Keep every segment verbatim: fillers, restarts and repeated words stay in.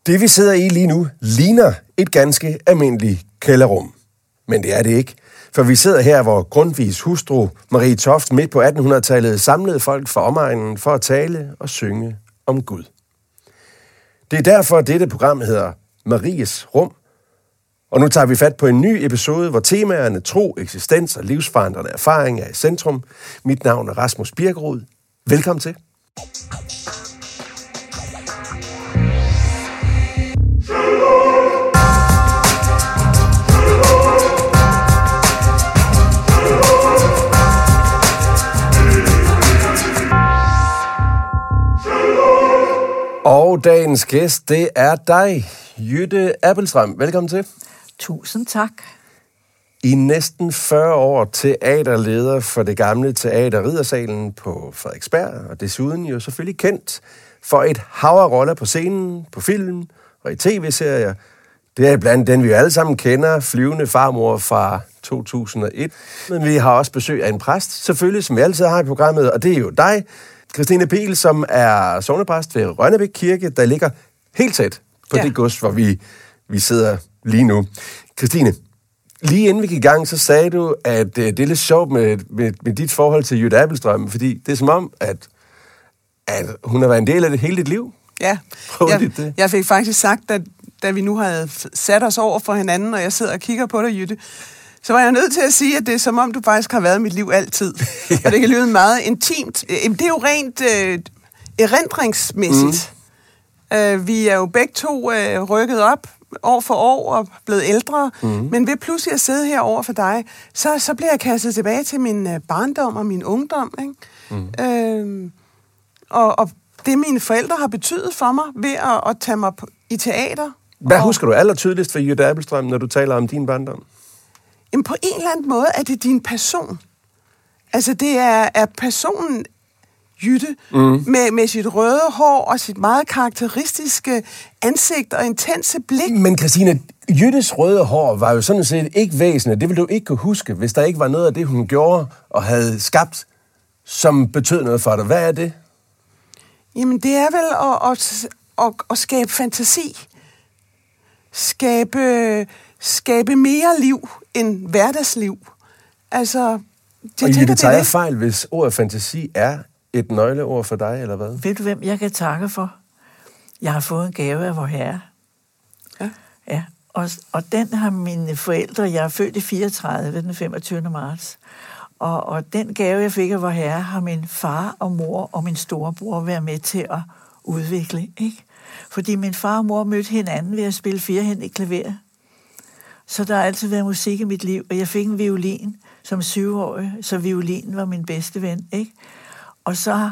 Det, vi sidder i lige nu, ligner et ganske almindeligt kælderrum. Men det er det ikke. For vi sidder her, hvor Grundtvigs hustru, Marie Toft, midt på attenhundredetallet samlede folk fra omegnen for at tale og synge om Gud. Det er derfor, at dette program hedder Maries Rum. Og nu tager vi fat på en ny episode, hvor temaerne tro, eksistens og livsforandrende erfaring er i centrum. Mit navn er Rasmus Birkerud. Velkommen til. Og dagens gæst, det er dig, Jytte Abildstrøm. Velkommen til. Tusind tak. I næsten fyrre år teaterleder for det gamle teater Riddersalen på Frederiksberg, og desuden jo selvfølgelig kendt for et hav af roller på scenen, på film og i tv-serier. Det er blandt den, vi alle sammen kender, Flyvende farmor fra to tusind og et. Men vi har også besøg af en præst, selvfølgelig, som vi altid har i programmet, og det er jo dig, Christine Pihl, som er sognepræst ved Rønnebæk Kirke, der ligger helt tæt på ja. det gods, hvor vi, vi sidder lige nu. Christine, lige inden vi gik i gang, så sagde du, at uh, det er lidt sjovt med, med, med dit forhold til Jytte Abildstrøm, fordi det er som om, at, at hun har været en del af det hele dit liv. Ja, jeg, det. jeg fik faktisk sagt, at da vi nu havde sat os over for hinanden, og jeg sidder og kigger på dig, Jytte, så var jeg nødt til at sige, at det er som om, du faktisk har været i mit liv altid. ja. Og det kan lyde meget intimt. Det er jo rent øh, erindringsmæssigt. Mm. Uh, vi er jo begge to uh, rykket op år for år og blevet ældre. Mm. Men ved pludselig at sidde her over for dig, så, så bliver jeg kastet tilbage til min uh, barndom og min ungdom. Ikke? Mm. Uh, og, og det mine forældre har betydet for mig ved at, at tage mig på, i teater. Hvad og, husker du allertydeligst for Jytte Abildstrøm, når du taler om din barndom? Jamen på en eller anden måde er det din person. Altså det er, er personen Jytte, mm. med, med sit røde hår og sit meget karakteristiske ansigt og intense blik. Men Christine, Jyttes røde hår var jo sådan set ikke væsentligt. Det ville du ikke kunne huske, hvis der ikke var noget af det, hun gjorde og havde skabt, som betød noget for dig. Hvad er det? Jamen det er vel at, at, at, at skabe fantasi. Skabe... skabe mere liv end hverdagsliv. Altså, jeg og tænker, Jytte, tager jeg fejl, hvis ordet fantasi er et nøgleord for dig, eller hvad? Ved du, hvem jeg kan takke for? Jeg har fået en gave af vor Herre. Ja. Ja, og, og den har mine forældre, jeg er født i fireogtredive, den femogtyvende marts, og, og den gave, jeg fik af vor Herre, har min far og mor og min storebror været med til at udvikle, ikke? Fordi min far og mor mødte hinanden ved at spille firehændigt klaver. Så der har altid været musik i mit liv, og jeg fik en violin som syvårig, så violinen var min bedste ven, ikke? Og så,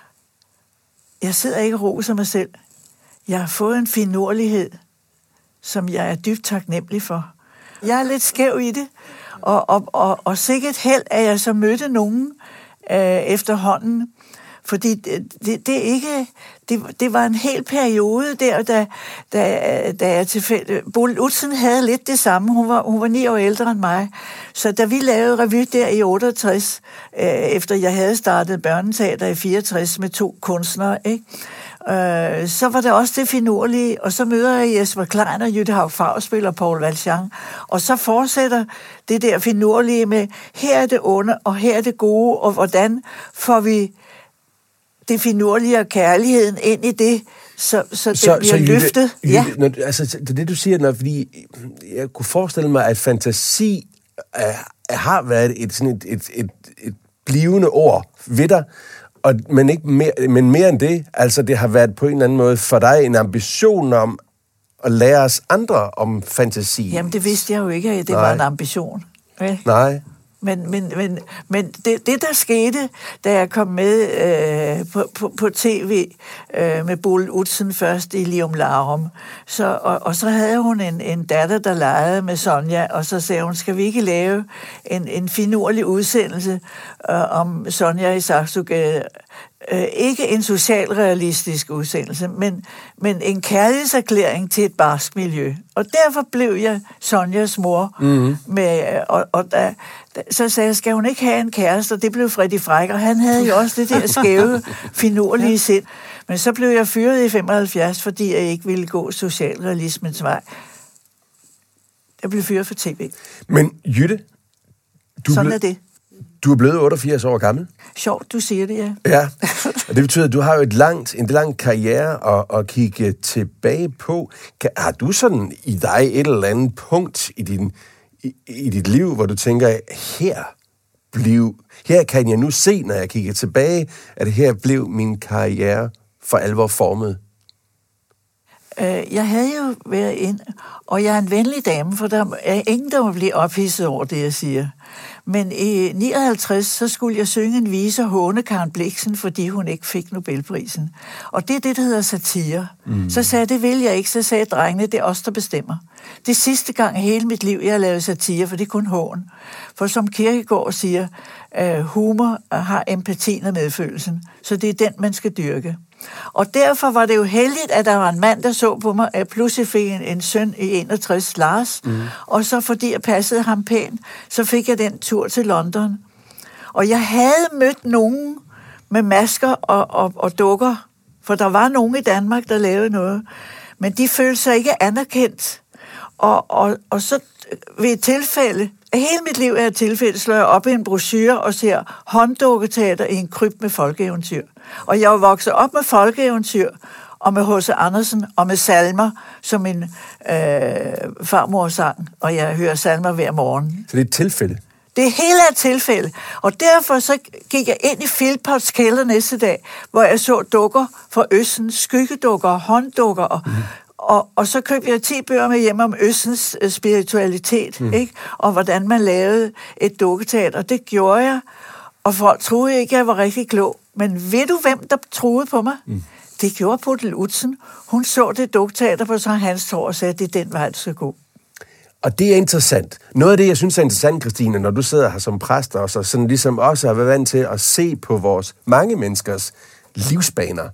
jeg sidder ikke og roser mig selv. Jeg har fået en finurlighed, som jeg er dybt taknemmelig for. Jeg er lidt skæv i det, og, og, og, og sikkert held, at jeg så mødte nogen øh, efterhånden, fordi det, det, det ikke... Det, det var en hel periode der, da, da, da jeg tilfælde... Bodil Udsen havde lidt det samme. Hun var, hun var ni år ældre end mig. Så da vi lavede revy der i otteogtres, øh, efter jeg havde startet børneteater i fireogtres med to kunstnere, ikke? Øh, så var det også det finurlige. Og så møder jeg Jesper Klein og Jytte Haug-Fagsbøl og Paul Valjean. Og så fortsætter det der finurlige med, her er det onde, og her er det gode, og hvordan får vi det finurlige og kærligheden ind i det, så, så det så, bliver så Jytte, løftet. Jytte, ja. når, altså, det er det, du siger, når, fordi jeg kunne forestille mig, at fantasi er, har været et, sådan et, et, et, et blivende ord ved dig, og, men, ikke mere, men mere end det, altså det har været på en eller anden måde for dig en ambition om at lære os andre om fantasi. Jamen det vidste jeg jo ikke, at det Nej. var en ambition. Okay? Nej. Men, men, men, men det, det, der skete, da jeg kom med øh, på, på, på tv øh, med Bodil Udsen først i Lium Larum, så, og, og så havde hun en, en datter, der legede med Sonja, og så sagde hun, skal vi ikke lave en, en finurlig udsendelse øh, om Sonja i Saxogade? øh, ikke en socialrealistisk udsendelse, men, men en kærlighedserklæring til et barsk miljø. Og derfor blev jeg Sonjas mor. Mm-hmm. Med, og, og da, da, så sagde jeg, skal hun ikke have en kæreste? Og det blev Freddy Fræk, og han havde jo også det der skæve, finurlige sind. Men så blev jeg fyret i femoghalvfjerds, fordi jeg ikke ville gå socialrealismens vej. Jeg blev fyret for tv. Men Jytte, du sådan ble... er det. Du er blevet otteogfirs år gammel. Sjovt, du siger det, ja. Ja, og det betyder, at du har jo et langt, en lang karriere at, at kigge tilbage på. Har du sådan i dig et eller andet punkt i, din, i, i dit liv, hvor du tænker, her blev, her kan jeg nu se, når jeg kigger tilbage, at her blev min karriere for alvor formet? Jeg havde jo været ind, og jeg er en venlig dame, for der er ingen, der må blive ophidset over det, jeg siger. Men i nioghalvtreds, så skulle jeg synge en vise og håne Karen Blixen, fordi hun ikke fik Nobelprisen. Og det er det, der hedder satire. Mm. Så sagde jeg, det vil jeg ikke. Så sagde drengene, det er os, der bestemmer. Det er sidste gang i hele mit liv, jeg har lavet satire, for det er kun hån. For som Kierkegaard siger, uh, humor har empatien og medfølelsen. Så det er den, man skal dyrke. Og derfor var det jo heldigt, at der var en mand, der så på mig, at pludselig fik en, en søn i enogtres, Lars, mm. og så fordi jeg passede ham pænt, så fik jeg den tur til London. Og jeg havde mødt nogen med masker og, og, og dukker, for der var nogen i Danmark, der lavede noget, men de følte sig ikke anerkendt. Og, og, og så ved et tilfælde, hele mit liv er et tilfælde, slår jeg op i en brochure og ser hånddukketeater i en krypt med folkeeventyr. Og jeg var vokset op med folkeeventyr, og med H C Andersen, og med salmer, som min øh, farmor sang, og jeg hører salmer hver morgen. Så det er et tilfælde? Det er hele et tilfælde, og derfor så gik jeg ind i Philpotts kælder næste dag, hvor jeg så dukker fra Østen, skyggedukker, hånddukker, og, mm. og, og så købte jeg ti bøger med hjem om Østens spiritualitet, mm. ikke? Og hvordan man lavede et dukketeater. Det gjorde jeg, og folk troede ikke, jeg var rigtig klog. Men ved du, hvem der troede på mig? Mm. Det gjorde Pudel Utzen. Hun så det dukteater på Sankt Hans Torv og sagde, at det er den vej, du skal gå. Og det er interessant. Noget af det, jeg synes er interessant, Christine, når du sidder her som præst, og så sådan ligesom også har været vant til at se på vores mange menneskers livsbaner,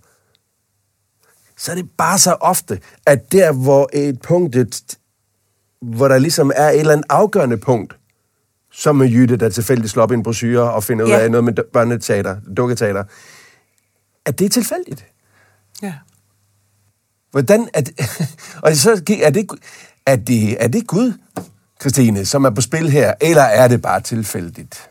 så er det bare så ofte, at der, hvor et punkt, hvor der ligesom er et eller andet afgørende punkt, som med Jytte, der tilfældigt slår op i en brochure og finder ja. ud af noget med børneteater, dukketeater, at det er tilfældigt. Ja. Hvordan er det, og så er det, er det, er det Gud, Christine, som er på spil her, eller er det bare tilfældigt?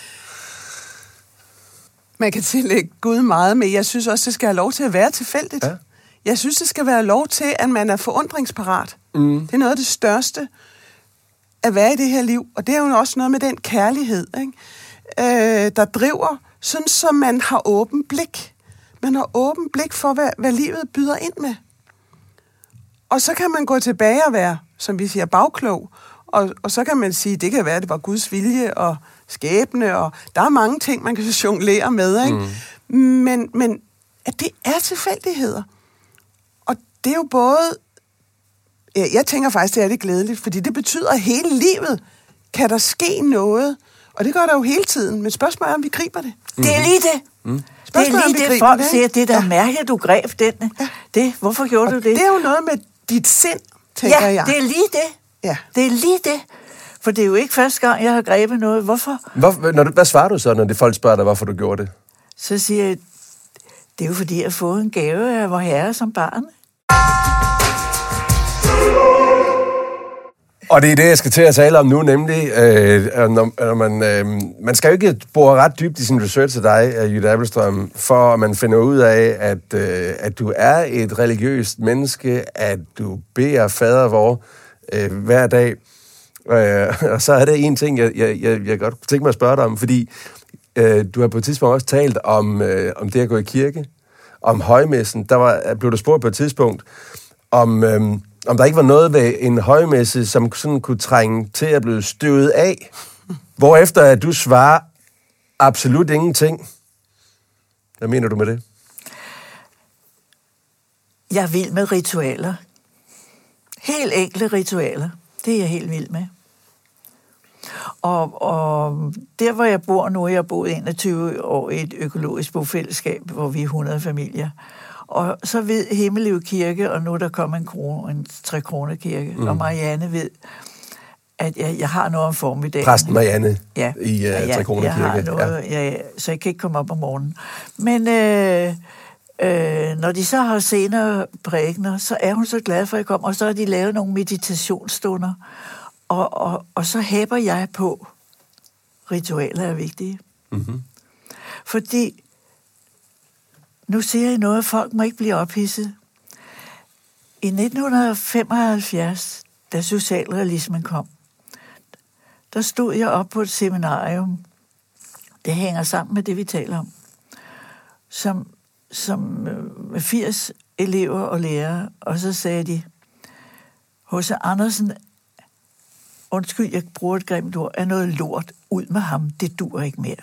Man kan tillægge Gud meget, men jeg synes også, det skal have lov til at være tilfældigt. Ja. Jeg synes, det skal være lov til, at man er forundringsparat. Mm. Det er noget af det største at være i det her liv, og det er jo også noget med den kærlighed, ikke? Øh, der driver, sådan som man har åben blik. Man har åben blik for, hvad, hvad livet byder ind med. Og så kan man gå tilbage og være, som vi siger, bagklog, og, og så kan man sige, det kan være, det var Guds vilje og skæbne, og der er mange ting, man kan jonglere med, ikke? Mm. Men, men at det er tilfældigheder. Og det er jo både... Jeg tænker faktisk, det er det glædeligt, fordi det betyder, at hele livet kan der ske noget, og det gør der jo hele tiden, men spørgsmålet er, om vi griber det. Mm. Det er lige det. Mm. Det er lige det, folk det, siger, det der ja. mærke, du greb den. Ja. Det, hvorfor gjorde og du det? Det er jo noget med dit sind, tænker ja, jeg. Ja, det er lige det. Ja. Det er lige det. For det er jo ikke første gang, jeg har grebet noget. Hvorfor? Hvor, når du, hvad svarer du så, når de folk spørger dig, hvorfor du gjorde det? Så siger jeg, det er jo fordi, jeg har fået en gave af vor herre som barn. Og det er det, jeg skal til at tale om nu, nemlig, øh, når, når man, øh, man skal jo ikke bore ret dybt i sin research til dig, Jytte Abildstrøm, for at man finder ud af, at, øh, at du er et religiøst menneske, at du beder fader vor øh, hver dag. Øh, og så er det en ting, jeg, jeg, jeg, jeg godt kunne tænke mig at spørge dig om, fordi øh, du har på et tidspunkt også talt om, øh, om det at gå i kirke, om højmessen. Der var, blev du spurgt på et tidspunkt, om... Øh, om der ikke var noget ved en højmesse, som sådan kunne trænge til at blive støvet af, hvorefter at du svarer absolut ingenting. Hvad mener du med det? Jeg er vild med ritualer. Helt enkle ritualer. Det er jeg helt vild med. Og, og der, hvor jeg bor nu, jeg har boet enogtyve år i et økologisk bofællesskab, hvor vi er hundrede familier. Og så ved Himmelev Kirke, og nu er der kommet en, krone, en tre kroner kirke, mm. og Marianne ved, at jeg, jeg har noget om formiddagen. Præsten Marianne ja. i uh, ja, tre kroner kirke. Har noget, ja. Ja, så jeg kan ikke komme op om morgenen. Men øh, øh, når de så har senere prædikener, så er hun så glad for, at jeg kommer, og så har de lavet nogle meditationsstunder. Og, og, og så hæber jeg på, ritualer er vigtige. Mm-hmm. Fordi, nu siger jeg noget, at folk må ikke blive ophidset. I nitten femoghalvfjerds, da socialrealismen kom, der stod jeg op på et seminarium. Det hænger sammen med det, vi taler om. Som, som med firs elever og lærere, og så sagde de, H C. Andersen, undskyld, jeg bruger et grimt ord, er noget lort, ud med ham, det dur ikke mere.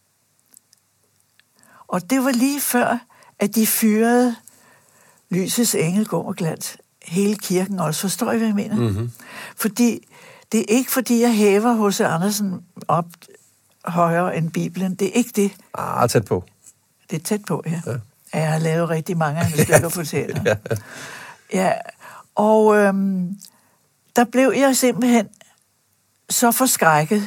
Og det var lige før, at de fyrede Lysets engel går og glat. Hele kirken også, forstår I, hvad jeg mener? Mm-hmm. Fordi, det er ikke fordi, jeg hæver H C. Andersen op højere end Bibelen, det er ikke det. Ah, tæt på. Det er tæt på, ja. ja. Jeg har lavet rigtig mange af hans stykker på teater. ja. ja, og øhm, der blev jeg simpelthen så forskrækket.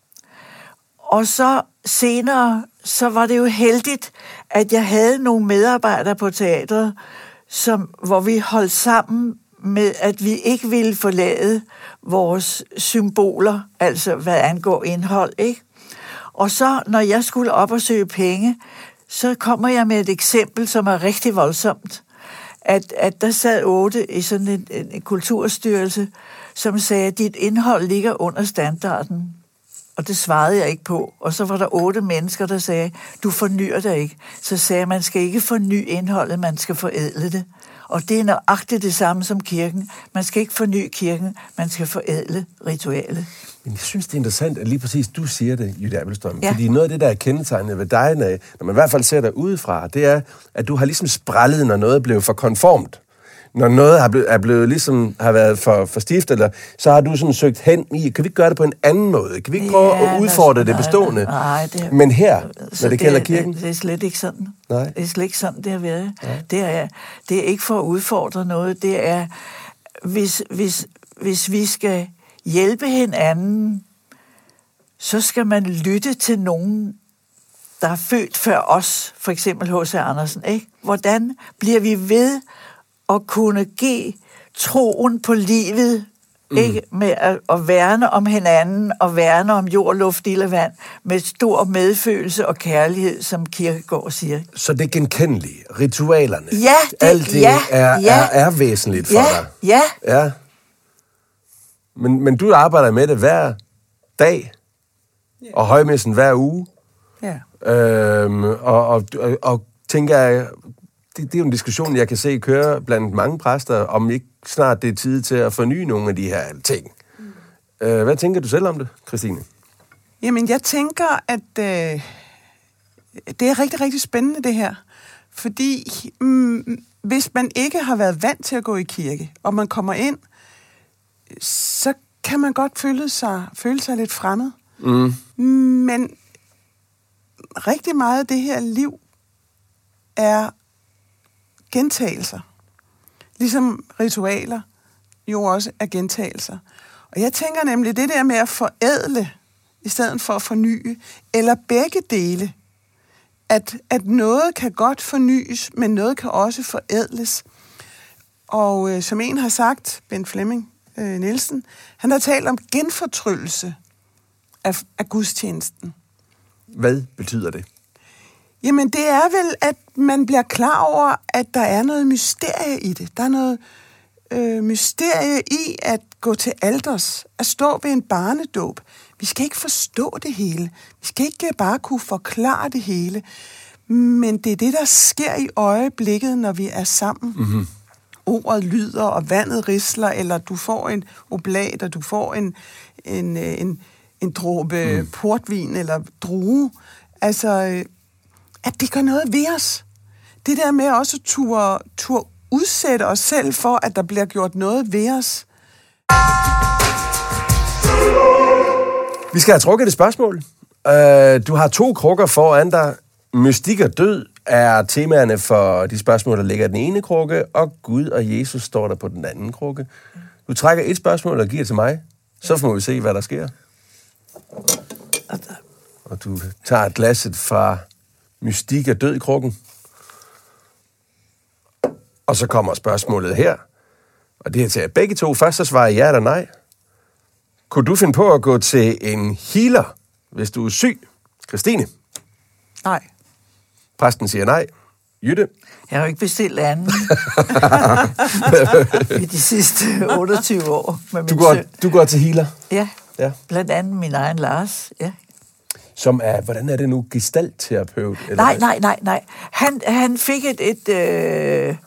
Og så senere, så var det jo heldigt, at jeg havde nogle medarbejdere på teatret, som, hvor vi holdt sammen med, at vi ikke ville forlade vores symboler, altså hvad angår indhold, ikke? Og så, når jeg skulle op og søge penge, så kommer jeg med et eksempel, som er rigtig voldsomt. At, at der sad otte i sådan en, en, en kulturstyrelse, som sagde, at dit indhold ligger under standarden. Og det svarede jeg ikke på. Og så var der otte mennesker, der sagde, du fornyer dig ikke. Så sagde jeg, man skal ikke forny indholdet, man skal forædle det. Og det er nøjagtigt det samme som kirken. Man skal ikke forny kirken, man skal forædle ritualet. Men jeg synes, det er interessant, at lige præcis du siger det, Jytte Abildstrøm. Ja. Fordi noget af det, der er kendetegnet ved dig, når man i hvert fald ser dig udefra, det er, at du har ligesom sprællet, når noget blev for konformt. Når noget er blevet, er blevet ligesom, har været for, for stift, eller, så har du sådan søgt hen i, kan vi ikke gøre det på en anden måde? Kan vi ikke prøve ja, at udfordre nej, det bestående? Nej, det er, Men her, når det gælder kirken? Det, det er slet ikke sådan. Nej. Det er slet ikke sådan, det har været. Det er, det er ikke for at udfordre noget. Det er, hvis, hvis, hvis vi skal hjælpe hinanden, så skal man lytte til nogen, der er født før os, for eksempel H C. Andersen. Ikke? Hvordan bliver vi ved at kunne give troen på livet, mm. ikke? Med at, at værne om hinanden, og værne om jord, luft, ild og vand, med stor medfølelse og kærlighed, som Kierkegaard siger. Så det er genkendelige, ritualerne, ja, det, alt det ja, er, ja, er, er væsentligt for ja, dig. Ja, ja. Men, men du arbejder med det hver dag, yeah. og højmessen hver uge. Ja. Øhm, og, og, og, og tænker jeg, det, det er jo en diskussion, jeg kan se køre blandt mange præster, om ikke snart det er tid til at forny nogle af de her ting. Mm. Øh, hvad tænker du selv om det, Christine? Jamen, jeg tænker, at øh, det er rigtig, rigtig spændende, det her. Fordi mm, hvis man ikke har været vant til at gå i kirke, og man kommer ind, så kan man godt føle sig, føle sig lidt fremmed. Mm. Men rigtig meget af det her liv er gentagelser. Ligesom ritualer jo også er gentagelser. Og jeg tænker nemlig, det der med at forædle, i stedet for at forny, eller begge dele, at, at noget kan godt fornyes, men noget kan også forædles. Og øh, som en har sagt, Bent Flemming øh, Nielsen, han har talt om genfortryllelse af, af gudstjenesten. Hvad betyder det? Jamen, det er vel, at man bliver klar over, at der er noget mysterie i det. Der er noget øh, mysterie i at gå til alters, at stå ved en barnedåb. Vi skal ikke forstå det hele. Vi skal ikke bare kunne forklare det hele. Men det er det, der sker i øjeblikket, når vi er sammen. Mm-hmm. Ordet lyder, og vandet risler, eller du får en oblat, og du får en, en, en, en dråbe mm. portvin eller drue. Altså, at det gør noget ved os. Det der med også at turde, turde udsætte os selv for, at der bliver gjort noget ved os. Vi skal have trukket et spørgsmål. Uh, du har to krukker foran dig. Mystik og død er temaerne for de spørgsmål, der ligger i den ene krukke, og Gud og Jesus står der på den anden krukke. Du trækker et spørgsmål og giver til mig, så får vi se, hvad der sker. Og du tager glasset fra mystik og død i krukken. Og så kommer spørgsmålet her. Og det er til begge to. Først så svarer ja eller nej. Kunne du finde på at gå til en healer, hvis du er syg? Christine? Nej. Præsten siger nej. Jytte? Jeg har jo ikke bestilt anden i de sidste otteogtyve år med min du går, søn. Du går til healer? Ja, ja, blandt andet min egen Lars, ja. Som er, hvordan er det nu, gestaltterapeut? Eller nej, nej, nej, nej. Han, han fik et... et øh, øh,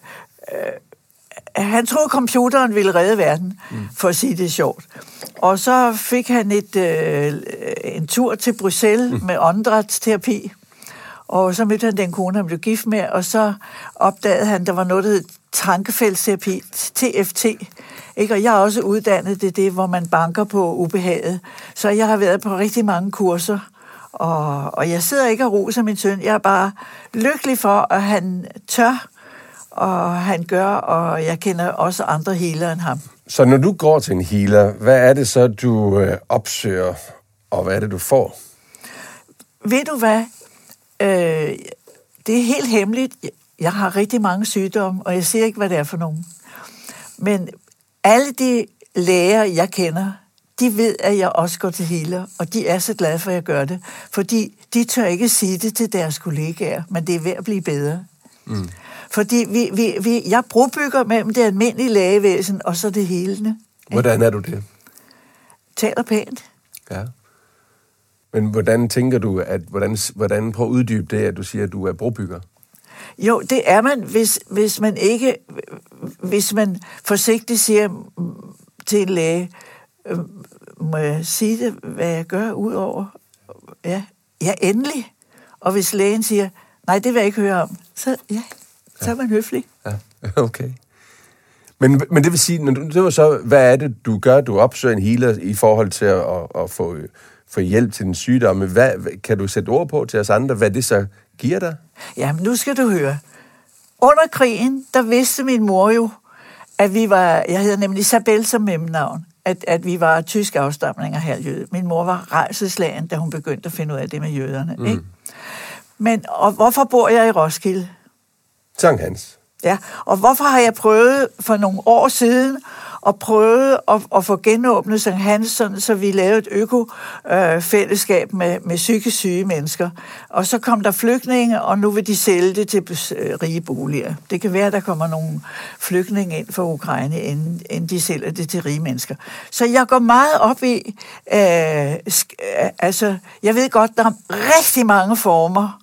han troede, computeren ville redde verden, mm. for at sige det sjovt. Og så fik han et, øh, en tur til Bruxelles mm. med åndedrætsterapi. Og så mødte han den kone, han blev gift med, og så opdagede han, der var noget, der hed tankefældsterapi, T F T. Ikke? Og jeg er også uddannet, det er det, hvor man banker på ubehaget. Så jeg har været på rigtig mange kurser, og, og jeg sidder ikke og roser min søn. Jeg er bare lykkelig for, at han tør, og han gør, og jeg kender også andre healere end ham. Så når du går til en healer, hvad er det så, du øh, opsøger, og hvad er det, du får? Ved du hvad? Øh, det er helt hemmeligt. Jeg har rigtig mange sygdomme, og jeg siger ikke, hvad det er for nogen. Men alle de læger, jeg kender, de ved, at jeg også går til healer, og de er så glade for, at jeg gør det. Fordi de tør ikke sige det til deres kollegaer, men det er ved at blive bedre. Mm. Fordi vi, vi, vi, jeg brobygger mellem det almindelige lægevæsen, og så det helende. Hvordan er du det? Taler pænt. Ja. Men hvordan tænker du, at hvordan, hvordan prøv at uddybe det, at du siger, at du er brobygger? Jo, det er man, hvis, hvis man ikke, hvis man forsigtigt siger til en læge, øh, må jeg sige det, hvad jeg gør udover? Ja, ja, endelig. Og hvis lægen siger, nej, det vil jeg ikke høre om, så ja, så er man høflig. Ja, okay. Men, men det vil sige, når du, det var så, hvad er det, du gør? Du opsøger en healer i forhold til at, at, at få, få hjælp til den sygdomme. Hvad, kan du sætte ord på til os andre, hvad det så giver dig? Jamen, nu skal du høre. Under krigen, der vidste min mor jo, at vi var, jeg hedder nemlig Isabel som mellemnavn, at, at vi var tysk afstamning af halvjøde. Min mor var rædselsslagen, da hun begyndte at finde ud af det med jøderne. Mm. Ikke? Men, og hvorfor bor jeg i Roskilde? Sankt Hans. Ja, og hvorfor har jeg prøvet for nogle år siden at prøve at, at få genåbnet Sankt Hans, sådan, så vi lavede et øko-fællesskab øh, med, med psykisk syge mennesker. Og så kom der flygtninge, og nu vil de sælge det til øh, rige boliger. Det kan være, at der kommer nogle flygtninge ind fra Ukraine, inden, inden de sælger det til rige mennesker. Så jeg går meget op i, øh, sk- altså, jeg ved godt, der er rigtig mange former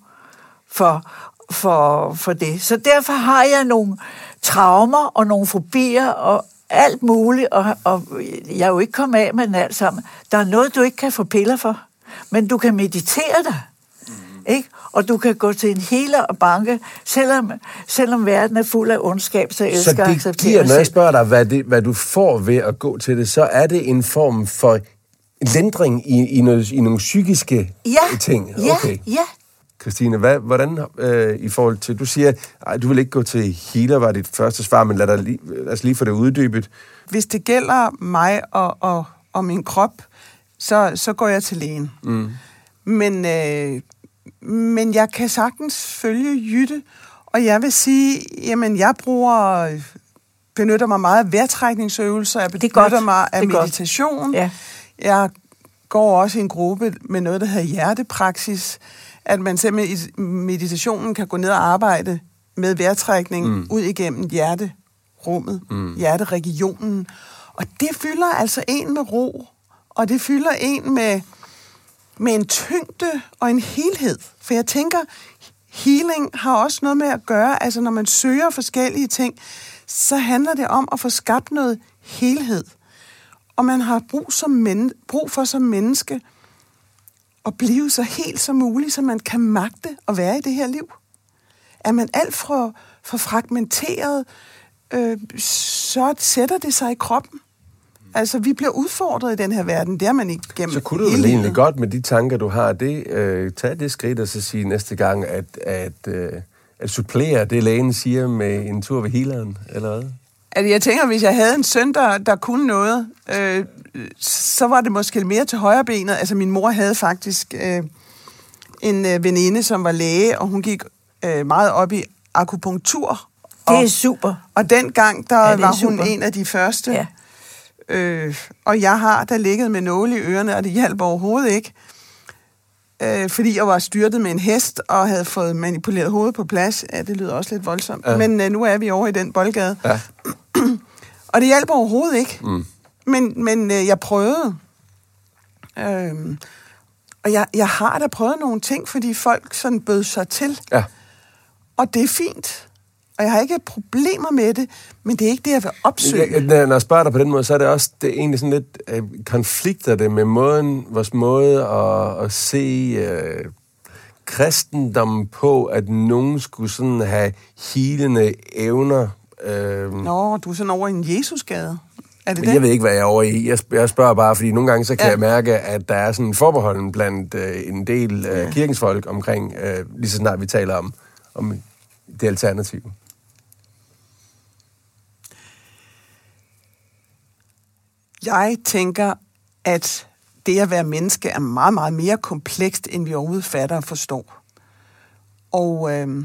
for For, for det. Så derfor har jeg nogle traumer og nogle fobier og alt muligt, og, og jeg er jo ikke kommet af med den alt sammen. Der er noget, du ikke kan få piller for, men du kan meditere dig, mm. ikke? Og du kan gå til en healer og banke, selvom, selvom verden er fuld af ondskab, så elsker så det acceptere giver, når jeg spørger dig, hvad, det, hvad du får ved at gå til det, så er det en form for lindring i, i, noget, i nogle psykiske ja, ting? Okay. Ja, ja. Christine, hvad, hvordan øh, i forhold til, du siger, at du vil ikke gå til healer, var dit første svar, men lad, dig lige, lad os lige få det uddybet. Hvis det gælder mig og, og, og min krop, så, så går jeg til lægen. Mm. Men, øh, men jeg kan sagtens følge Jytte, og jeg vil sige, jamen jeg bruger, benytter mig meget af vejrtrækningsøvelser, jeg benytter mig af meditation. Ja. Jeg går også i en gruppe med noget, der hedder hjertepraksis, at man simpelthen i meditationen kan gå ned og arbejde med vejrtrækning mm. ud igennem hjerterummet, mm. hjerteregionen. Og det fylder altså en med ro, og det fylder en med, med en tyngde og en helhed. For jeg tænker, healing har også noget med at gøre, altså når man søger forskellige ting, så handler det om at få skabt noget helhed. Og man har brug, som men, brug for som menneske at blive så helt som muligt, så man kan magte at være i det her liv. Er man alt for, for fragmenteret, øh, så sætter det sig i kroppen. Altså, vi bliver udfordret i den her verden. Det er man ikke gennem. Så kunne du vel egentlig godt med de tanker, du har, det, øh, tage det skridt og så sige næste gang, at, at, øh, at supplere det, lægen siger med en tur ved healeren, eller hvad? Altså, jeg tænker, hvis jeg havde en søn, der, der kunne noget, øh, så var det måske mere til højre benet. Altså, min mor havde faktisk øh, en øh, veninde, som var læge, og hun gik øh, meget op i akupunktur. Det er super. Og dengang, der ja, var hun super. en af de første. Ja. Øh, og jeg har der ligget med nåle i ørerne, og det hjalp overhovedet ikke. Øh, fordi jeg var styrtet med en hest, og havde fået manipuleret hovedet på plads. Ja, det lyder også lidt voldsomt. Ja. Men øh, nu er vi over i den boldgade. Ja. Og det hjalp overhovedet ikke. Mm. Men, men øh, jeg prøvede. Øh, og jeg, jeg har da prøvet nogle ting, fordi folk sådan bød sig til. Ja. Og det er fint. Og jeg har ikke problemer med det, men det er ikke det, jeg vil opsøge. Ja, når jeg spørger dig på den måde, så er det også det er egentlig sådan lidt øh, konflikter det med måden, vores måde at, at se øh, kristendommen på, at nogen skulle sådan have healende evner. Øh. Nå, du er sådan over i en Jesusgade. Er det det? Jeg ved ikke, hvad jeg er over i. Jeg, jeg spørger bare, fordi nogle gange så kan ja. jeg mærke, at der er sådan en forbeholden blandt øh, en del øh, kirkens folk omkring, øh, lige så snart vi taler om, om det alternative. Jeg tænker, at det at være menneske er meget, meget mere komplekst, end vi overhovedet fatter og forstår. Og øh,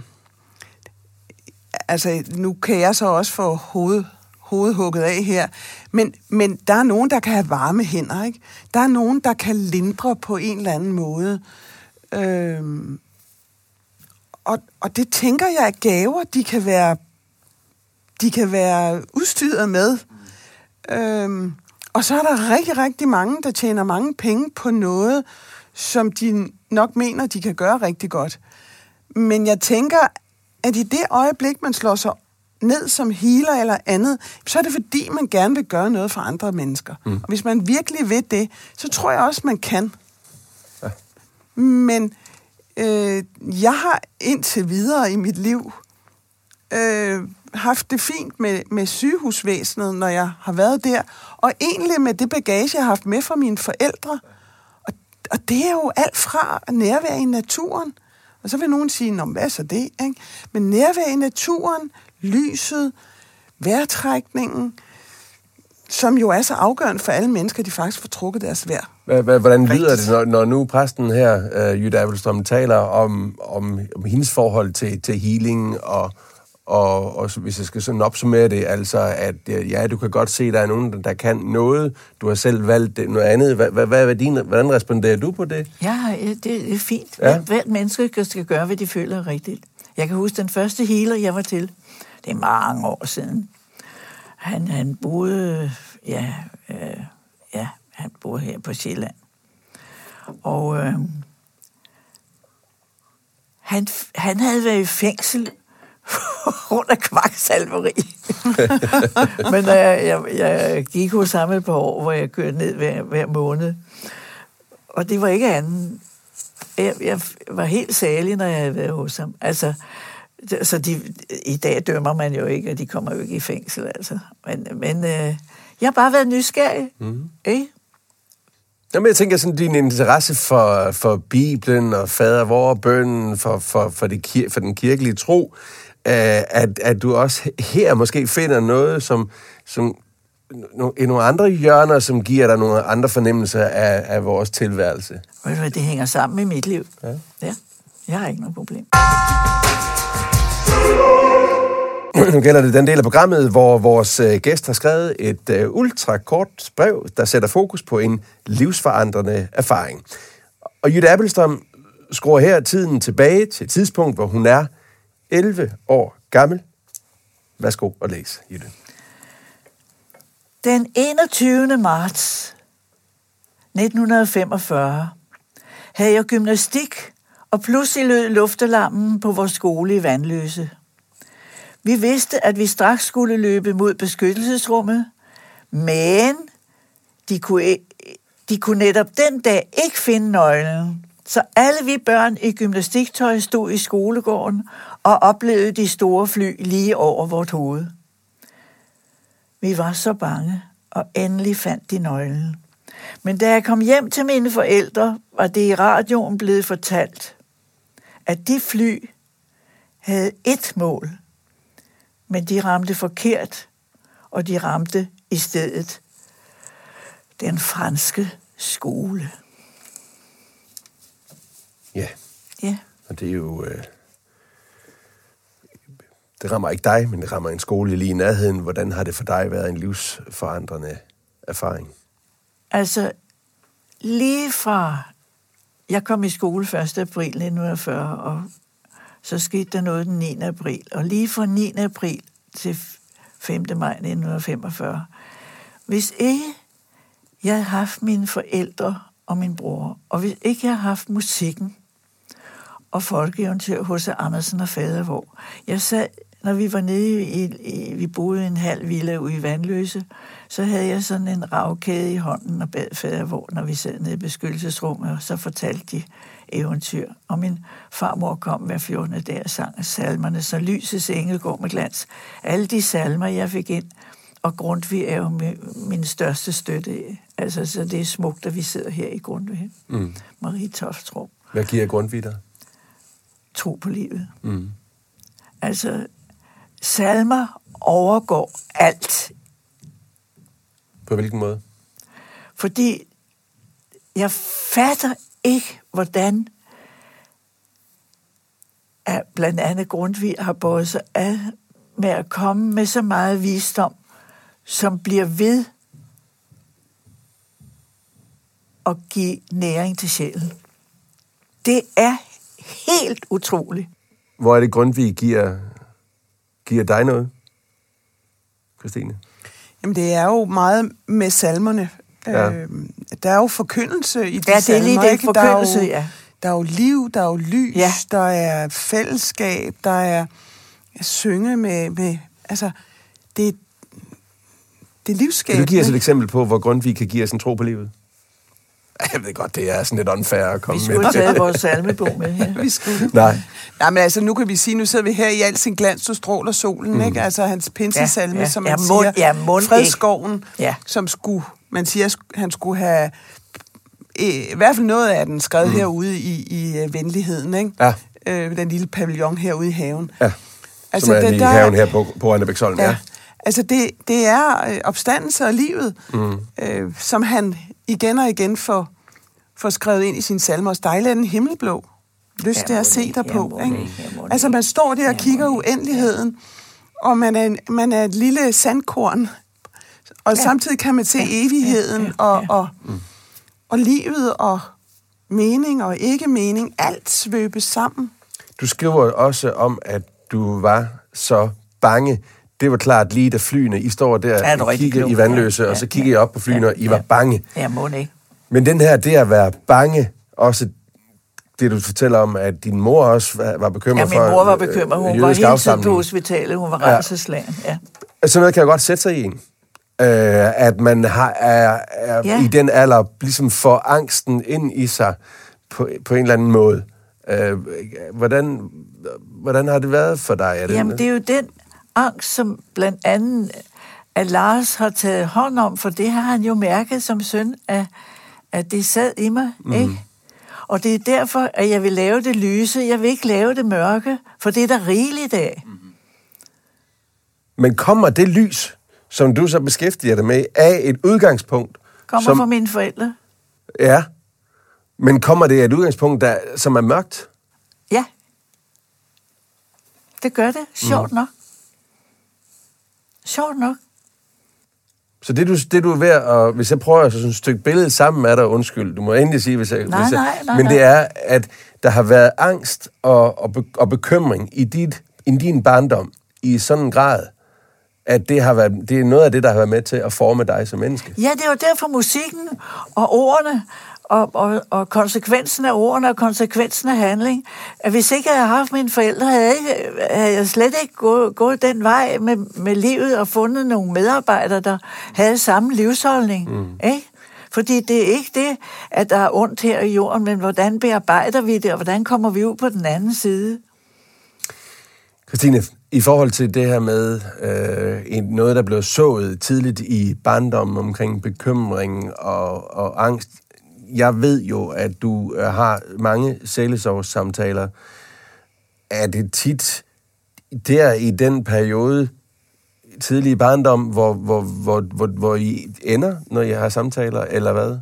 altså, nu kan jeg så også få hoved, hovedet hugget af her, men, men der er nogen, der kan have varme hænder, ikke? Der er nogen, der kan lindre på en eller anden måde. Øh, og, og det tænker jeg, at gaver, de kan være, de kan være udstyret med. Øh, Og så er der rigtig, rigtig mange, der tjener mange penge på noget, som de nok mener, de kan gøre rigtig godt. Men jeg tænker, at i det øjeblik, man slår sig ned som healer eller andet, så er det fordi, man gerne vil gøre noget for andre mennesker. Mm. Og hvis man virkelig vil det, så tror jeg også, man kan. Ja. Men øh, jeg har indtil videre i mit liv øh, haft det fint med, med sygehusvæsenet, når jeg har været der, og egentlig med det bagage, jeg har haft med fra mine forældre. Og, og det er jo alt fra nærvær i naturen. Og så vil nogen sige, nå, hvad er så det? Ikke? Men nærvær i naturen, lyset, vejrtrækningen, som jo er så afgørende for alle mennesker, de faktisk får trukket deres vejr. Hvordan lyder det, når, når nu præsten her, uh, Jytte Abildstrøm, taler om, om, om hendes forhold til, til healing, og, og, og hvis jeg skal sådan opsummere det, altså at ja, du kan godt se, at der er nogen, der kan noget, du har selv valgt noget andet. Hvad, hvad, hvad er din, hvordan responderer du på det? Ja, det er fint. Ja. Hvert menneske skal gøre, hvad de føler er rigtigt. Jeg kan huske den første healer, jeg var til. Det er mange år siden. Han, han boede, ja, øh, ja, han boede her på Sjælland. Og øh, han, han havde været i fængsel rundt af kvaksalveri. Men øh, jeg, jeg gik hos ham et par år, hvor jeg kørte ned hver, hver måned. Og det var ikke andet. Jeg, jeg var helt salig, når jeg havde været hos ham. Altså, så de, i dag dømmer man jo ikke, og de kommer jo ikke i fængsel, altså. Men, men øh, jeg har bare været nysgerrig. Mm. Ikke? Jamen, jeg tænker sådan, din interesse for, for Bibelen og fader vor bønnen, for, for, for, det, for den kirkelige tro, øh, at, at du også her måske finder noget, som, som i nogle andre hjørner, som giver dig nogle andre fornemmelser af, af vores tilværelse. Ved du hvad, det hænger sammen i mit liv. Ja. Ja, jeg har ikke noget problem. Nu gælder det den del af programmet, hvor vores øh, gæst har skrevet et øh, ultrakort brev, der sætter fokus på en livsforandrende erfaring. Og Jytte Abildstrøm skruer her tiden tilbage til et tidspunkt, hvor hun er elleve år gammel. Værsgo og læs, Jytte. Den enogtyvende marts nitten femogfyrre havde jeg gymnastik, og pludselig lød luftalarmen på vores skole i Vandløse. Vi vidste, at vi straks skulle løbe mod beskyttelsesrummet, men de kunne, de kunne netop den dag ikke finde nøglen. Så alle vi børn i gymnastiktøj stod i skolegården og oplevede de store fly lige over vort hoved. Vi var så bange, og endelig fandt de nøglen. Men da jeg kom hjem til mine forældre, var det i radioen blevet fortalt, at de fly havde ét mål, men de ramte forkert, og de ramte i stedet den franske skole. Ja. Ja. Og det er jo... Øh, det rammer ikke dig, men det rammer en skole lige i nærheden. Hvordan har det for dig været en livsforandrende erfaring? Altså, lige fra... Jeg kom i skole første april nitten fyrre, og så skete der noget den niende april. Og lige fra niende april til femte maj nitten femogfyrre. Hvis ikke jeg havde haft mine forældre og min bror, og hvis ikke jeg havde haft musikken og folkeeventyr hos Andersen og Fadervor. Jeg sad, når vi var nede i, i, vi boede i en halv villa ude i Vandløse, så havde jeg sådan en ravkæde i hånden og bad Fadervor, når vi sad nede i beskyttelsesrummet, og så fortalte de eventyr. Og min farmor kom hver fjortende dag og sang salmerne, så lysets engel går med glans. Alle de salmer, jeg fik ind, og Grundtvig er jo min største støtte. Altså, så det er smukt, at vi sidder her i Grundtvig. Mm. Marie Toftrup. Hvad giver Grundtvig dig? Tro på livet. Mm. Altså, salmer overgår alt. På hvilken måde? Fordi jeg fatter ikke, hvordan at blandt andet Grundtvig har båret sig af med at komme med så meget visdom, som bliver ved at give næring til sjælen. Det er helt utroligt. Hvor er det, Grundtvig giver, giver dig noget, Christine? Jamen, det er jo meget med salmerne. Ja. Øh, der er jo forkyndelse i de ja, det salmer. Er lige det, forkyndelse, der er jo, ja. Der er jo liv, der er jo lys, ja. Der er fællesskab, der er at synge med... med altså, det, det er livsskabende. Kan du give os et eksempel på, hvor Grundtvig kan give os en tro på livet? Jeg ved godt, det er sådan lidt unfair at komme med. Vi skulle have taget vores salmebog med her. Vi skulle. Nej. Nej, men altså, nu kan vi sige, nu sidder vi her i al sin glans, så stråler solen, mm. ikke? Altså, hans pinsesalme, ja, ja. som man ja, mund, siger, ja, Fredskoven, ja. Som skulle, man siger, han skulle have, i hvert fald noget af den skrevet mm. herude i, i uh, venligheden, ikke? Ja. Øh, den lille pavillon herude i haven. Ja, altså, som er det, i der, haven her på, på Annebæksholm, ja. ja. Altså, det, det er øh, opstandelse af livet, mm. øh, som han igen og igen får, får skrevet ind i sine salmer. Dejlig er den himmelblå. Lyst til at se dig på. Ikke? Altså, man står der og kigger uendeligheden, og man er, man er et lille sandkorn, og ja. Samtidig kan man se evigheden, og, og, mm. og livet, og mening og ikke-mening, alt svøbes sammen. Du skriver også om, at du var så bange. Det var klart lige da flyene, I står der og kigger i Vandløse, ja, ja, og så kigger I op på flyene, ja, og I var bange. Ja, må ikke. Men den her, det at være bange, også det du fortæller om, at din mor også var bekymret for... Ja, min mor var bekymret. Hun var hele afstamning. tiden på hospitalet. Hun var rædselslagen, ja. Sådan noget kan jeg godt sætte sig i en. Øh, at man har, er, er ja. i den alder ligesom får angsten ind i sig på, på en eller anden måde. Øh, hvordan, hvordan har det været for dig? Er det Jamen, det er jo den angst, som blandt andet at Lars har taget hånd om, for det har han jo mærket som søn, at, at det sad i mig, mm. ikke? Og det er derfor, at jeg vil lave det lyse. Jeg vil ikke lave det mørke, for det er der rigeligt af. Men kommer det lys, som du så beskæftiger dig med, af et udgangspunkt? Kommer som, fra mine forældre. Ja. Men kommer det af et udgangspunkt, der, som er mørkt? Ja. Det gør det. Sjovt mm. nok. Sjovt nok. Så det du, det du er ved at... Hvis jeg prøver at sådan et stykke billede sammen med dig, undskyld, du må endelig sige, hvis jeg... Nej, hvis jeg nej, nej, men nej. det er, at der har været angst og, og, be, og bekymring i, dit, i din barndom i sådan en grad, at det, har været, det er noget af det, der har været med til at forme dig som menneske. Ja, det er jo derfor musikken og ordene og, og, og konsekvensen af ordene og konsekvensen af handling. At hvis ikke jeg havde haft mine forældre, havde jeg, ikke, havde jeg slet ikke gået, gået den vej med, med livet og fundet nogle medarbejdere, der havde samme livsholdning. Mm. Ikke? Fordi det er ikke det, at der er ondt her i jorden, men hvordan bearbejder vi det, og hvordan kommer vi ud på den anden side? Christine, i forhold til det her med øh, noget, der blev sået tidligt i barndommen omkring bekymring og, og angst. Jeg ved jo, at du øh, har mange sjælesorgssamtaler. Er det tit der i den periode, tidlig i barndom, hvor, hvor, hvor, hvor, hvor I ender, når I har samtaler, eller hvad?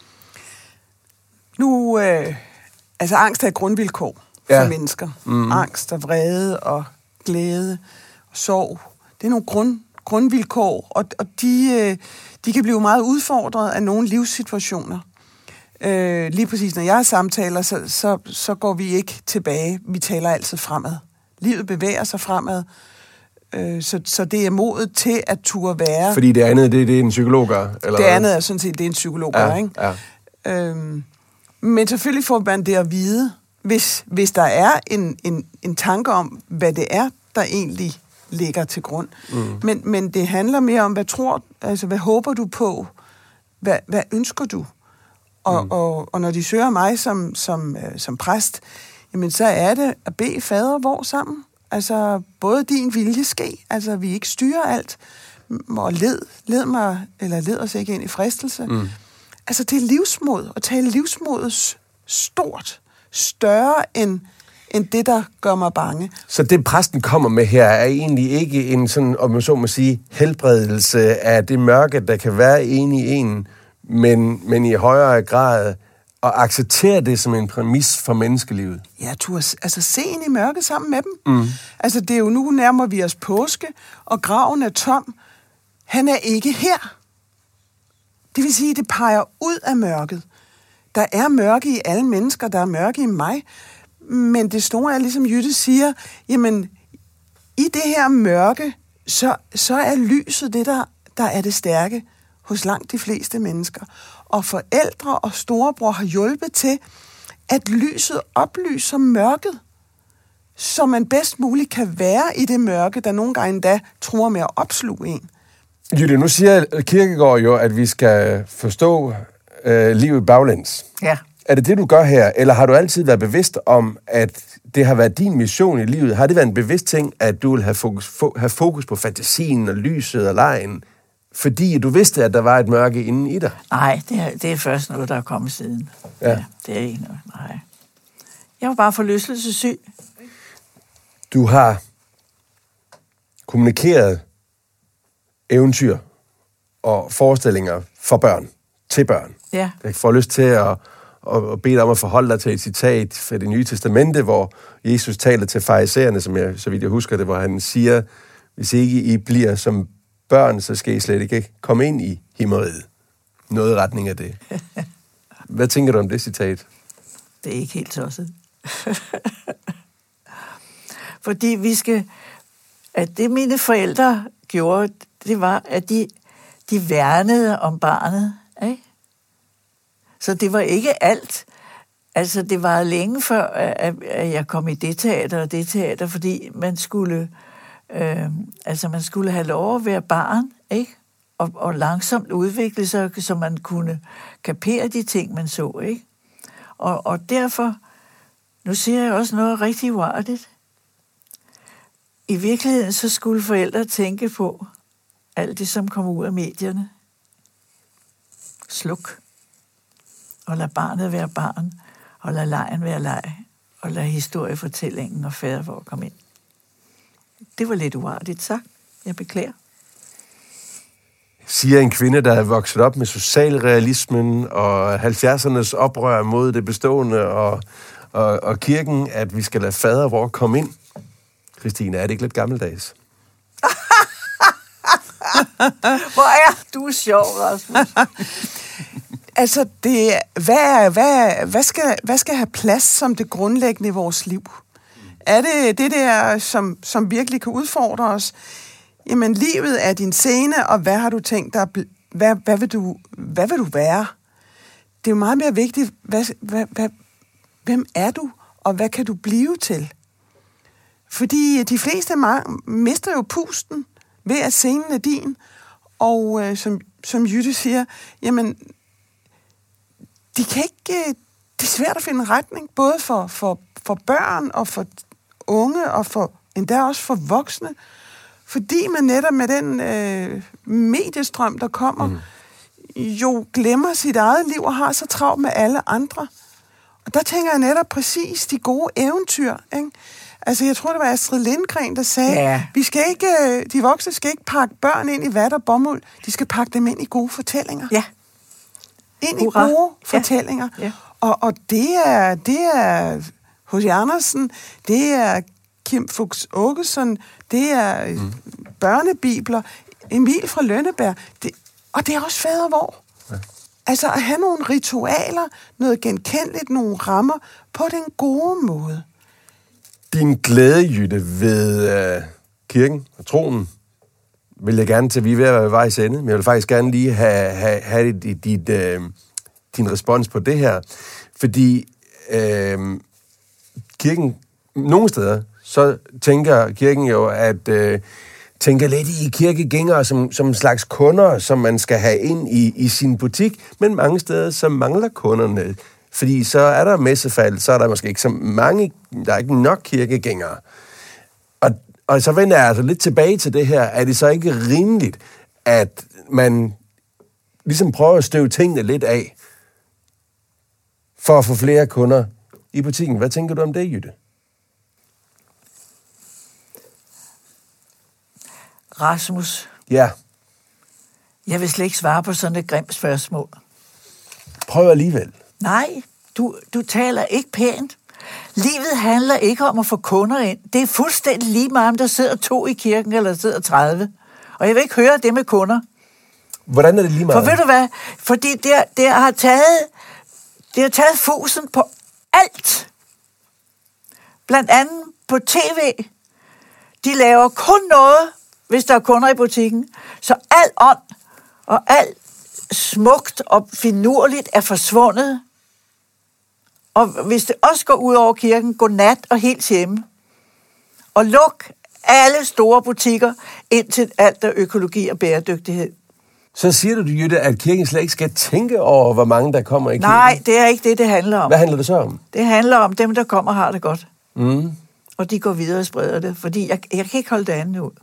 Nu, øh, altså angst er et grundvilkår for ja. mennesker. Mm. Angst og vrede og glæde og sorg. Det er nogle grund, grundvilkår, og, og de, øh, de kan blive meget udfordret af nogle livssituationer. Øh, lige præcis, når jeg har samtaler, så, så, så går vi ikke tilbage. Vi taler altid fremad. Livet bevæger sig fremad. Øh, så, så det er modet til at turde være... Fordi det andet, det, det er en psykolog gør? Eller det andet er sådan set, det er en psykolog gør, ja, ikke? Ja. Øhm, men selvfølgelig får man det at vide, hvis, hvis der er en, en, en tanke om, hvad det er, der egentlig ligger til grund. Mm. Men, men det handler mere om, hvad tror, altså hvad håber du på? Hvad, hvad ønsker du? Og, mm. og, og når de søger mig som, som, øh, som præst, jamen så er det at bede fader hvor sammen. Altså både din vilje ske, altså vi ikke styrer alt, og led, led mig, eller led os ikke ind i fristelse. Mm. Altså det er livsmod, at tale livsmodet stort, større end, end det, der gør mig bange. Så det, præsten kommer med her, er egentlig ikke en sådan, om man så må sige, helbredelse af det mørke, der kan være inde i en, men, men i højere grad at acceptere det som en præmis for menneskelivet. Ja, du har, altså se ind i mørket sammen med dem. Mm. Altså det er jo nu nærmer vi os påske, og graven er tom. Han er ikke her. Det vil sige, det peger ud af mørket. Der er mørke i alle mennesker, der er mørke i mig. Men det store er, ligesom Jytte siger, jamen, i det her mørke, så, så er lyset det, der, der er det stærke hos langt de fleste mennesker. Og forældre og storebror har hjulpet til, at lyset oplyser mørket, så man bedst muligt kan være i det mørke, der nogle gange endda tror med at opsluge en. Jytte, nu siger Kierkegaard jo, at vi skal forstå øh, livet baglæns. Ja. Er det det, du gør her, eller har du altid været bevidst om, at det har været din mission i livet? Har det været en bevidst ting, at du vil have fokus, fo- have fokus på fantasien og lyset og lejen, fordi du vidste, at der var et mørke inde i dig? Nej, det er, det er først noget, der er kommet siden. Ja. Ja, det er ikke noget, nej. Jeg var bare forlystelsessyg. Du har kommunikeret eventyr og forestillinger for børn, til børn. Ja. Jeg får lyst til at, at bede dig om at forholde dig til et citat fra Det Nye Testamente, hvor Jesus taler til farisæerne, som jeg, så vidt jeg husker det, hvor han siger, hvis ikke I bliver som børn, så skal I slet ikke komme ind i himmeriget. Noget i retning af det. Hvad tænker du om det citat? Det er ikke helt tosset. Fordi vi skal... At det mine forældre gjorde, det var, at de, de værnede om barnet, ikke? Så det var ikke alt. Altså, det var længe før, at jeg kom i det teater og det teater, fordi man skulle, øh, altså man skulle have lov at være barn, ikke? Og, og langsomt udvikle sig, så man kunne kapere de ting, man så, ikke? Og, og derfor, nu siger jeg også noget rigtig uartigt. I virkeligheden, så skulle forældre tænke på alt det, som kommer ud af medierne. Sluk. Og lad barnet være barn. Og lad lejen være leg. Og lad historiefortællingen og fadervor komme ind. Det var lidt uartigt sagt. Jeg beklager. Siger en kvinde, der er vokset op med socialrealismen og halvfjerdsernes oprør mod det bestående og, og, og kirken, at vi skal lade fadervor komme ind. Christine, er det ikke lidt gammeldags? Hvor er du sjov, Rasmus? Altså, det, hvad, hvad, hvad, skal, hvad skal have plads som det grundlæggende i vores liv? Er det det der, som, som virkelig kan udfordre os? Jamen, livet er din scene, og hvad har du tænkt dig? Hvad, hvad, vil, du, hvad vil du være? Det er jo meget mere vigtigt, hvad, hvad, hvad, hvem er du, og hvad kan du blive til? Fordi de fleste mister jo pusten ved, at scenen er din. Og øh, som, som Jytte siger, jamen, de kan ikke, øh, det er svært at finde en retning, både for, for, for børn og for unge og for, endda også for voksne, fordi man netop med den øh, mediestrøm, der kommer, mm. jo glemmer sit eget liv og har så travlt med alle andre. Og der tænker jeg netop præcis de gode eventyr, ikke? Altså, jeg tror, det var Astrid Lindgren, der sagde, ja. vi skal ikke, de voksne skal ikke pakke børn ind i vat og bomuld, de skal pakke dem ind i gode fortællinger. Ja. Ind Hurra. i gode ja. fortællinger. Ja. Og, og det er, det er H C Andersen, det er Kim Fupz Aakeson, det er mm. børnebibler, Emil fra Lønneberg, det, og det er også fadervor. Ja. Altså at have nogle ritualer, noget genkendeligt, nogle rammer på den gode måde. Din glæde, Jytte, ved øh, kirken og troen, vil jeg gerne til, vi er ved at være ved vejs ende, men jeg vil faktisk gerne lige have, have, have dit, dit, øh, din respons på det her. Fordi øh, kirken, nogle steder, så tænker kirken jo, at øh, tænker lidt i kirkegængere som, som en slags kunder, som man skal have ind i, i sin butik, men mange steder, så mangler kunderne. Fordi så er der messefald, så er der måske ikke så mange, der er ikke nok kirkegængere. Og, og så vender jeg altså lidt tilbage til det her. Er det så ikke rimeligt, at man ligesom prøver at støve tingene lidt af, for at få flere kunder i butikken? Hvad tænker du om det, Jytte? Rasmus. Ja. Jeg vil slet ikke svare på sådan et grimt spørgsmål. Prøv alligevel. Nej, du, du taler ikke pænt. Livet handler ikke om at få kunder ind. Det er fuldstændig lige meget, om der sidder to i kirken, eller der sidder tredive. Og jeg vil ikke høre det med kunder. Hvordan er det lige meget? For ved du hvad? Fordi det, det har taget, det har taget fusen på alt. Blandt andet på tv. De laver kun noget, hvis der er kunder i butikken. Så al ånd og alt smukt og finurligt er forsvundet. Og hvis det også går ud over kirken, gå nat og helt hjemme. Og luk alle store butikker indtil alt er økologi og bæredygtighed. Så siger du, Jytte, at kirken slet ikke skal tænke over, hvor mange der kommer i kirken? Nej, det er ikke det, det handler om. Hvad handler det så om? Det handler om dem, der kommer har det godt. Mm. Og de går videre og spreder det, fordi jeg, jeg kan ikke holde det andet ud.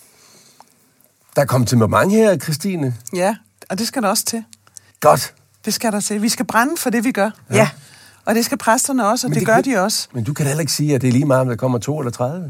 Der er kommet til med mange her, Christine. Ja, og det skal der også til. Godt. Det skal der til. Vi skal brænde for det, vi gør. Ja. ja. Og det skal præsterne også, og det, det gør kan, de også. Men du kan da heller ikke sige, at det er lige meget, om der kommer to eller tredive.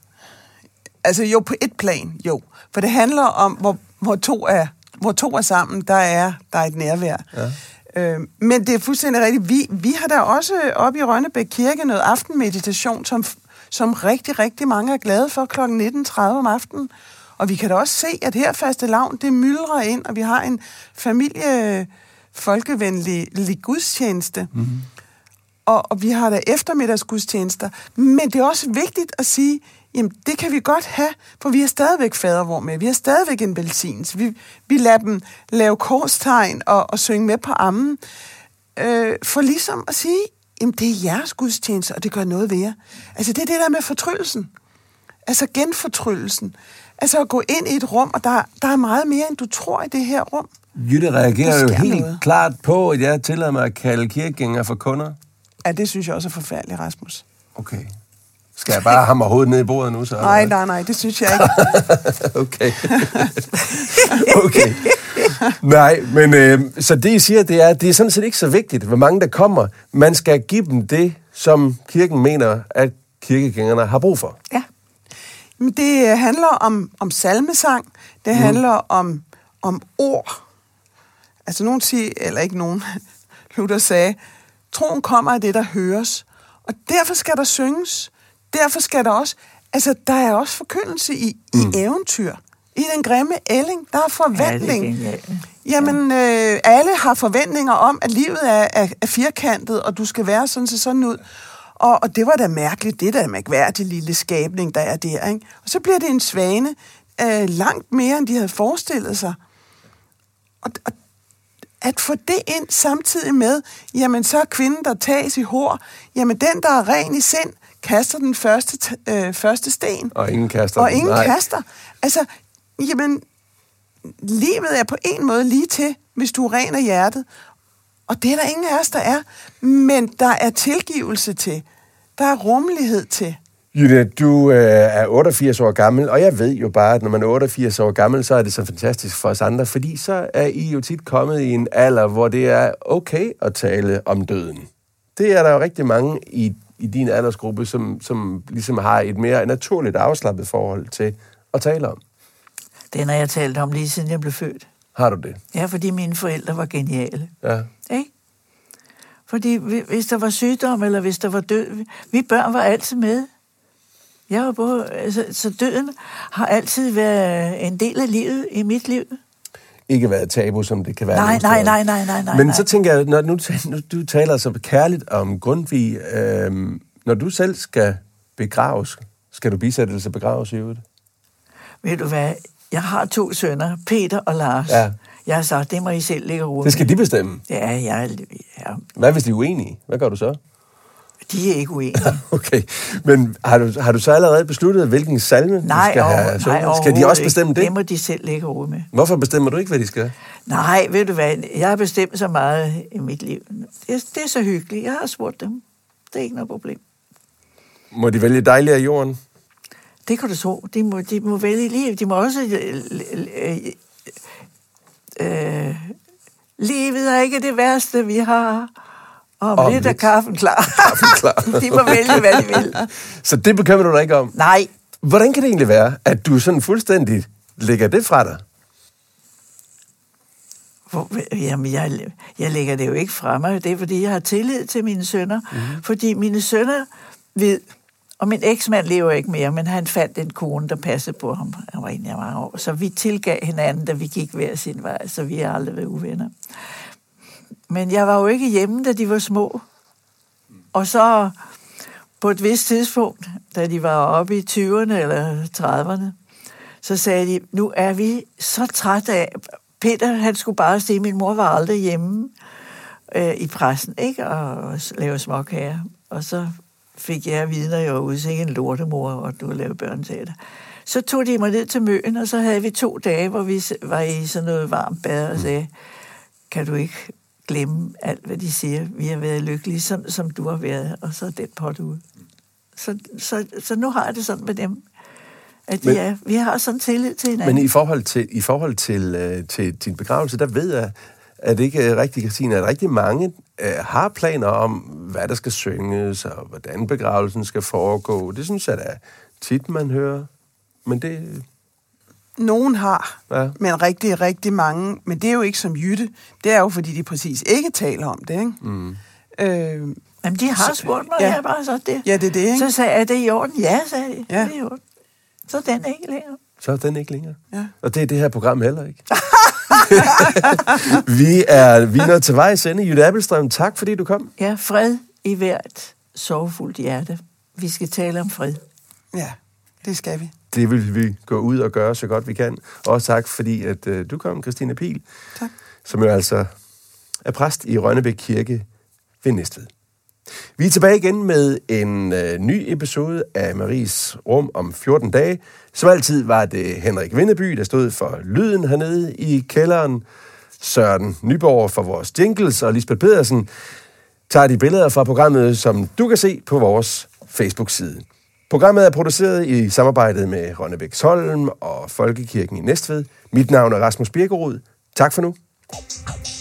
Altså jo, på et plan, jo. For det handler om, hvor, hvor, to, er, hvor to er sammen, der er, der er et nærvær. Ja. Øh, men det er fuldstændig rigtigt. Vi, vi har da også oppe i Rønnebæk Kirke noget aftenmeditation, som, som rigtig, rigtig mange er glade for klokken nitten tredive om aftenen. Og vi kan da også se, at her fastelavn, det myldrer ind, og vi har en familie folkevenlig gudstjeneste. Mm-hmm. Og, og vi har da eftermiddagsgudstjenester. Men det er også vigtigt at sige, jamen det kan vi godt have, for vi har stadigvæk fadervor med. Vi har stadigvæk en velsignelse. Vi, vi lader dem lave korstegn og, og synge med på ammen. Øh, for ligesom at sige, jamen det er jeres gudstjeneste, og det gør noget ved jer. Altså det er det der med fortryllelsen. Altså genfortryllelsen. Altså at gå ind i et rum, og der, der er meget mere, end du tror i det her rum. Jytte reagerer jo helt noget. klart på, at jeg tillader mig at kalde kirkegængere for kunder. Ja, det synes jeg også er forfærdeligt, Rasmus. Okay. Skal jeg bare hamre hovedet ned i bordet nu? Så, nej, nej, nej, det synes jeg ikke. okay. okay. Nej, men øh, så det, I siger, det er, det er sådan set ikke så vigtigt, hvor mange der kommer. Man skal give dem det, som kirken mener, at kirkegængerne har brug for. Ja. Men det handler om, om salmesang. Det handler mm. om, om ord. Altså nogen siger, eller ikke nogen, Luther sagde, troen kommer af det, der høres. Og derfor skal der synges. Derfor skal der også... Altså, der er også forkyndelse i, mm. i eventyr. I den grimme ælling, der er forventning. Ja, Jamen, øh, alle har forventninger om, at livet er, er, er firkantet, og du skal være sådan, så sådan ud. Og, og det var da mærkeligt. Det er da mærkværdig lille skabning, der er der, ikke? Og så bliver det en svane øh, langt mere, end de havde forestillet sig. Og, og at få det ind samtidig med, jamen så er kvinden, der tages i hår, jamen den, der er ren i sind, kaster den første, øh, første sten. Og ingen kaster Og den. ingen Nej. kaster. Altså, jamen, livet er på en måde lige til, hvis du er ren af hjertet. Og det er der ingen af os, der er. Men der er tilgivelse til. Der er rummelighed til. Jytte, du øh, er otteogfirs år gammel, og jeg ved jo bare, at når man er otteogfirs år gammel, så er det så fantastisk for os andre, fordi så er I jo tit kommet i en alder, hvor det er okay at tale om døden. Det er der jo rigtig mange i, i din aldersgruppe, som, som ligesom har et mere naturligt afslappet forhold til at tale om. Den har jeg talt om lige siden jeg blev født. Har du det? Ja, fordi mine forældre var geniale. Ja. Ikke? Fordi hvis der var sygdom, eller hvis der var død, vi børn var altid med. Jeg var både, altså, så døden har altid været en del af livet i mit liv. Ikke været tabu, som det kan være. Nej, nej, nej, nej, nej, nej. Men nej. så tænker jeg, når nu, nu du taler så kærligt om Grundtvig, øh, når du selv skal begraves, skal du bisættelse begraves i øvrigt? Ved du hvad, jeg har to sønner, Peter og Lars. Ja. Jeg har sagt, det må I selv lægge ro. Det skal de bestemme? Ja, jeg, ja. Hvad hvis de er uenige? Hvad gør du så? De er ikke uenige. Okay, men har du, har du så allerede besluttet, hvilken salme nej, du skal over, have? Nej, skal de også bestemme det? Det må de selv lægge ro med. Hvorfor bestemmer du ikke, hvad de skal? Nej, ved du hvad, jeg har bestemt så meget i mit liv. Det, det er så hyggeligt. Jeg har spurgt dem. Det er ikke noget problem. Må de vælge dejligere af jorden? Det kan du tro. De må, de må vælge liv. De må også... Øh, øh, livet er ikke det værste, vi har. Og om lidt er kaffen klar. Kaffen klar. De må vælge, hvad de vil. Så det bekymrer du dig ikke om? Nej. Hvordan kan det egentlig være, at du sådan fuldstændig lægger det fra dig? Hvor, jamen, jeg, jeg lægger det jo ikke fra mig. Det er, fordi jeg har tillid til mine sønner. Mm-hmm. Fordi mine sønner ved... Og min eksmand lever ikke mere, men han fandt en kone, der passede på ham. Han var egentlig mange år. Så vi tilgav hinanden, da vi gik hver sin vej, så vi har aldrig været uvenner. Men jeg var jo ikke hjemme, da de var små. Og så på et vist tidspunkt, da de var oppe i tyverne eller trediverne, så sagde de, nu er vi så trætte af... Peter, han skulle bare sige, min mor var aldrig hjemme øh, i pressen, ikke? Og lave småkager. Og så fik jeg at vide, at jeg var ude, så ikke en lortemor, og du lavede børneteater. Så tog de mig ned til Møn, og så havde vi to dage, hvor vi var i sådan noget varmt bad, og sagde, kan du ikke glemme alt, hvad de siger? Vi har været lykkelige, som, som du har været, og så er den pot ude. Så, så, så nu har jeg det sådan med dem, at men, ja, vi har sådan tillid til hinanden. Men i forhold til, i forhold til, uh, til din begravelse, der ved jeg, at det ikke er rigtigt, Christine, at rigtig mange uh, har planer om, hvad der skal synges, og hvordan begravelsen skal foregå. Det synes jeg da tit, man hører. Men det... Nogen har, ja. Men rigtig, rigtig mange. Men det er jo ikke som Jytte. Det er jo, fordi de præcis ikke taler om det, ikke? Mm. Øh, Jamen, de har spurgt mig, ja. jeg har bare sagt det. Ja, det er det, ikke? Så sagde jeg, er det i orden? Ja, sagde de. Ja. Det er i orden. Så er den ikke længere. Så er den ikke længere. Ja. Og det er det her program heller ikke. vi, er, vi er nået til vejs ende. Jytte Abildstrøm, tak fordi du kom. Ja, fred i hvert sorgfuldt hjerte. Vi skal tale om fred. Ja, det skal vi. Det vil vi gå ud og gøre så godt vi kan. Og tak fordi, at uh, du kom, Christine Pihl. Tak. Som jo altså er præst i Rønnebæk Kirke ved Næstved. Vi er tilbage igen med en øh, ny episode af Maries Rum om fjorten dage. Som altid var det Henrik Vindeby, der stod for lyden hernede i kælderen. Søren Nyborg for vores jingles, og Lisbeth Pedersen tager de billeder fra programmet, som du kan se på vores Facebook-side. Programmet er produceret i samarbejde med Rønnebæksholm og Folkekirken i Næstved. Mit navn er Rasmus Birkerud. Tak for nu.